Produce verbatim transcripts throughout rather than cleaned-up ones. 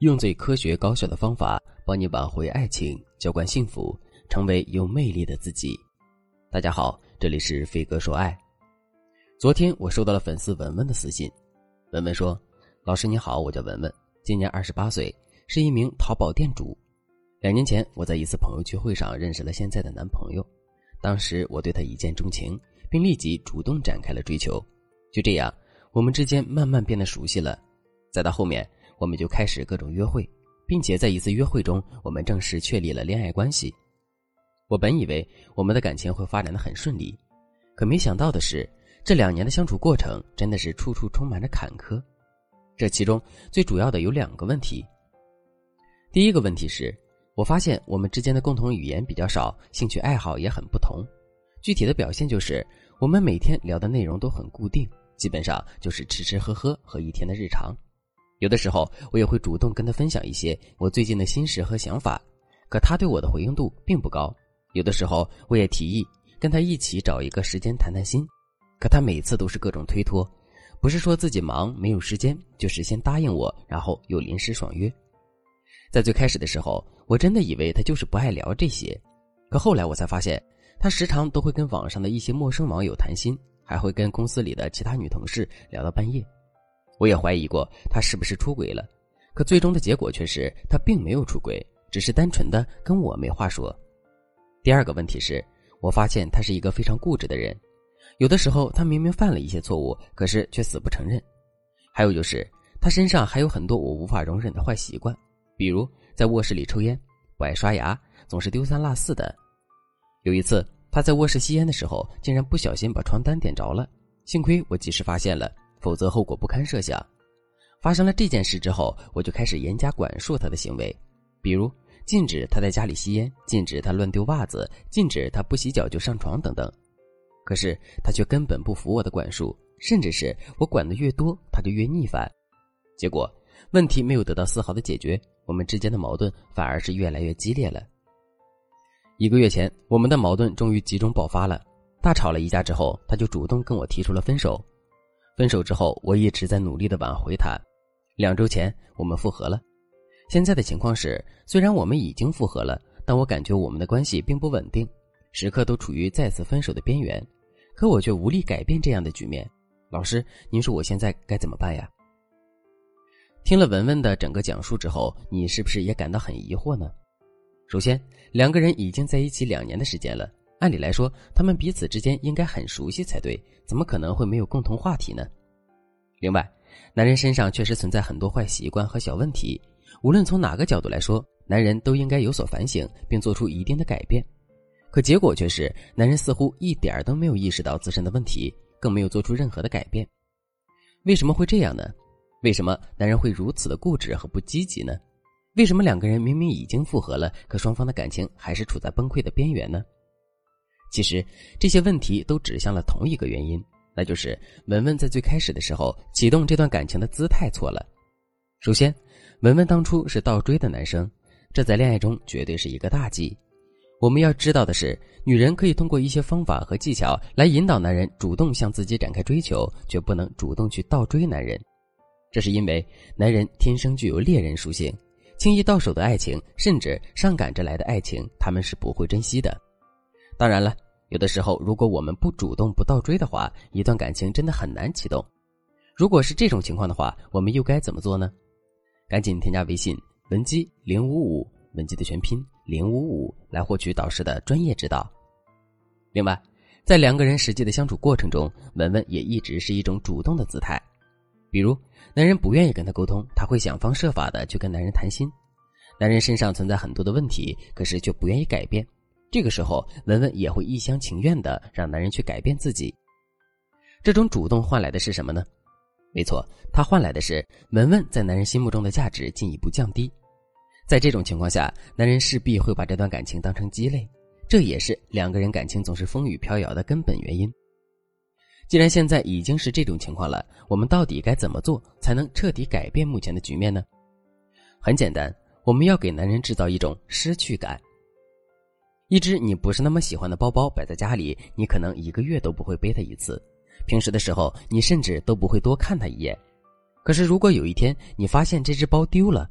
用最科学高效的方法帮你挽回爱情，浇灌幸福，成为有魅力的自己。大家好，这里是飞哥说爱。昨天我收到了粉丝文文的私信，文文说：老师你好，我叫文文，今年二十八岁，是一名淘宝店主。两年前我在一次朋友聚会上认识了现在的男朋友，当时我对他一见钟情，并立即主动展开了追求。就这样，我们之间慢慢变得熟悉了。再到后面，我们就开始各种约会，并且在一次约会中，我们正式确立了恋爱关系。我本以为我们的感情会发展得很顺利，可没想到的是，这两年的相处过程真的是处处充满着坎坷。这其中最主要的有两个问题。第一个问题是，我发现我们之间的共同语言比较少，兴趣爱好也很不同。具体的表现就是，我们每天聊的内容都很固定，基本上就是吃吃喝喝和一天的日常。有的时候我也会主动跟他分享一些我最近的心事和想法，可他对我的回应度并不高。有的时候我也提议跟他一起找一个时间谈谈心，可他每次都是各种推脱，不是说自己忙没有时间，就是先答应我，然后又临时爽约。在最开始的时候，我真的以为他就是不爱聊这些，可后来我才发现，他时常都会跟网上的一些陌生网友谈心，还会跟公司里的其他女同事聊到半夜。我也怀疑过他是不是出轨了，可最终的结果却是他并没有出轨，只是单纯的跟我没话说。第二个问题是，我发现他是一个非常固执的人，有的时候他明明犯了一些错误，可是却死不承认。还有就是他身上还有很多我无法容忍的坏习惯，比如在卧室里抽烟，不爱刷牙，总是丢三落四的。有一次他在卧室吸烟的时候，竟然不小心把床单点着了，幸亏我及时发现了，否则后果不堪设想。发生了这件事之后，我就开始严加管束他的行为，比如禁止他在家里吸烟，禁止他乱丢袜子，禁止他不洗脚就上床等等。可是他却根本不服我的管束，甚至是我管得越多，他就越逆反。结果问题没有得到丝毫的解决，我们之间的矛盾反而是越来越激烈了。一个月前，我们的矛盾终于集中爆发了，大吵了一架之后，他就主动跟我提出了分手。分手之后，我一直在努力地挽回他。两周前，我们复合了。现在的情况是，虽然我们已经复合了，但我感觉我们的关系并不稳定，时刻都处于再次分手的边缘，可我却无力改变这样的局面。老师，您说我现在该怎么办呀？听了文文的整个讲述之后，你是不是也感到很疑惑呢？首先，两个人已经在一起两年的时间了，按理来说，他们彼此之间应该很熟悉才对，怎么可能会没有共同话题呢？另外，男人身上确实存在很多坏习惯和小问题，无论从哪个角度来说，男人都应该有所反省，并做出一定的改变。可结果却是，男人似乎一点都没有意识到自身的问题，更没有做出任何的改变。为什么会这样呢？为什么男人会如此的固执和不积极呢？为什么两个人明明已经复合了，可双方的感情还是处在崩溃的边缘呢？其实这些问题都指向了同一个原因，那就是文文在最开始的时候启动这段感情的姿态错了。首先，文文当初是倒追的男生，这在恋爱中绝对是一个大忌。我们要知道的是，女人可以通过一些方法和技巧来引导男人主动向自己展开追求，却不能主动去倒追男人。这是因为男人天生具有猎人属性，轻易到手的爱情，甚至上赶着来的爱情，他们是不会珍惜的。当然了，有的时候如果我们不主动不倒追的话，一段感情真的很难启动。如果是这种情况的话，我们又该怎么做呢？赶紧添加微信文姬零五五，文姬的全拼零五五，来获取导师的专业指导。另外，在两个人实际的相处过程中，文文也一直是一种主动的姿态。比如男人不愿意跟他沟通，他会想方设法的去跟男人谈心。男人身上存在很多的问题，可是却不愿意改变，这个时候文文也会一厢情愿的让男人去改变自己。这种主动换来的是什么呢？没错，他换来的是文文在男人心目中的价值进一步降低。在这种情况下，男人势必会把这段感情当成鸡肋，这也是两个人感情总是风雨飘摇的根本原因。既然现在已经是这种情况了，我们到底该怎么做才能彻底改变目前的局面呢？很简单，我们要给男人制造一种失去感。一只你不是那么喜欢的包包摆在家里，你可能一个月都不会背它一次，平时的时候你甚至都不会多看它一眼。可是如果有一天你发现这只包丢了，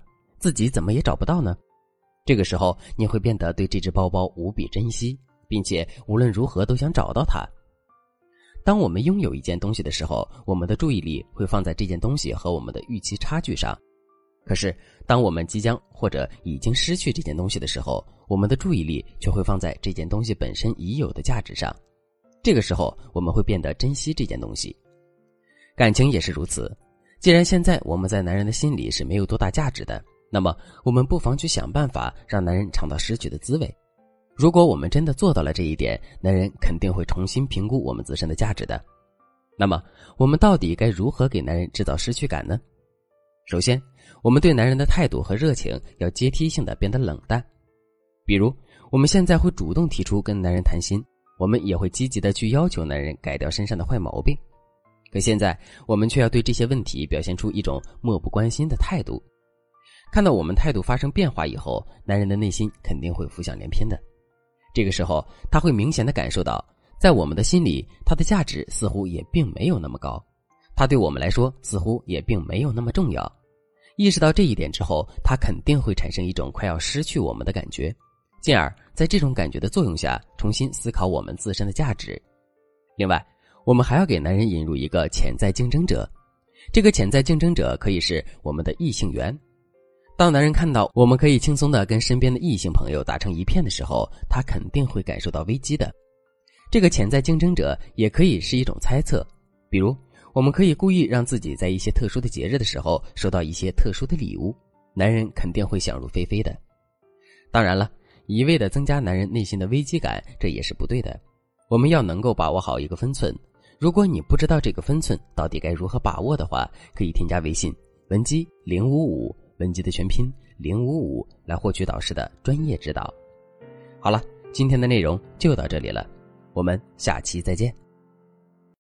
自己怎么也找不到呢？这个时候你会变得对这只包包无比珍惜，并且无论如何都想找到它。当我们拥有一件东西的时候，我们的注意力会放在这件东西和我们的预期差距上。可是当我们即将或者已经失去这件东西的时候，我们的注意力却会放在这件东西本身已有的价值上。这个时候我们会变得珍惜这件东西。感情也是如此，既然现在我们在男人的心里是没有多大价值的，那么我们不妨去想办法让男人尝到失去的滋味。如果我们真的做到了这一点，男人肯定会重新评估我们自身的价值的。那么我们到底该如何给男人制造失去感呢？首先，我们对男人的态度和热情要阶梯性的变得冷淡。比如我们现在会主动提出跟男人谈心，我们也会积极的去要求男人改掉身上的坏毛病。可现在我们却要对这些问题表现出一种漠不关心的态度。看到我们态度发生变化以后，男人的内心肯定会浮想联翩的。这个时候他会明显的感受到，在我们的心里，他的价值似乎也并没有那么高，他对我们来说似乎也并没有那么重要。意识到这一点之后，他肯定会产生一种快要失去我们的感觉，进而在这种感觉的作用下重新思考我们自身的价值。另外，我们还要给男人引入一个潜在竞争者，这个潜在竞争者可以是我们的异性缘。当男人看到我们可以轻松地跟身边的异性朋友打成一片的时候，他肯定会感受到危机的。这个潜在竞争者也可以是一种猜测，比如我们可以故意让自己在一些特殊的节日的时候收到一些特殊的礼物，男人肯定会想入非非的。当然了，一味地增加男人内心的危机感，这也是不对的。我们要能够把握好一个分寸，如果你不知道这个分寸到底该如何把握的话，可以添加微信文姬零五五，文姬的全拼零五五，来获取导师的专业指导。好了，今天的内容就到这里了，我们下期再见。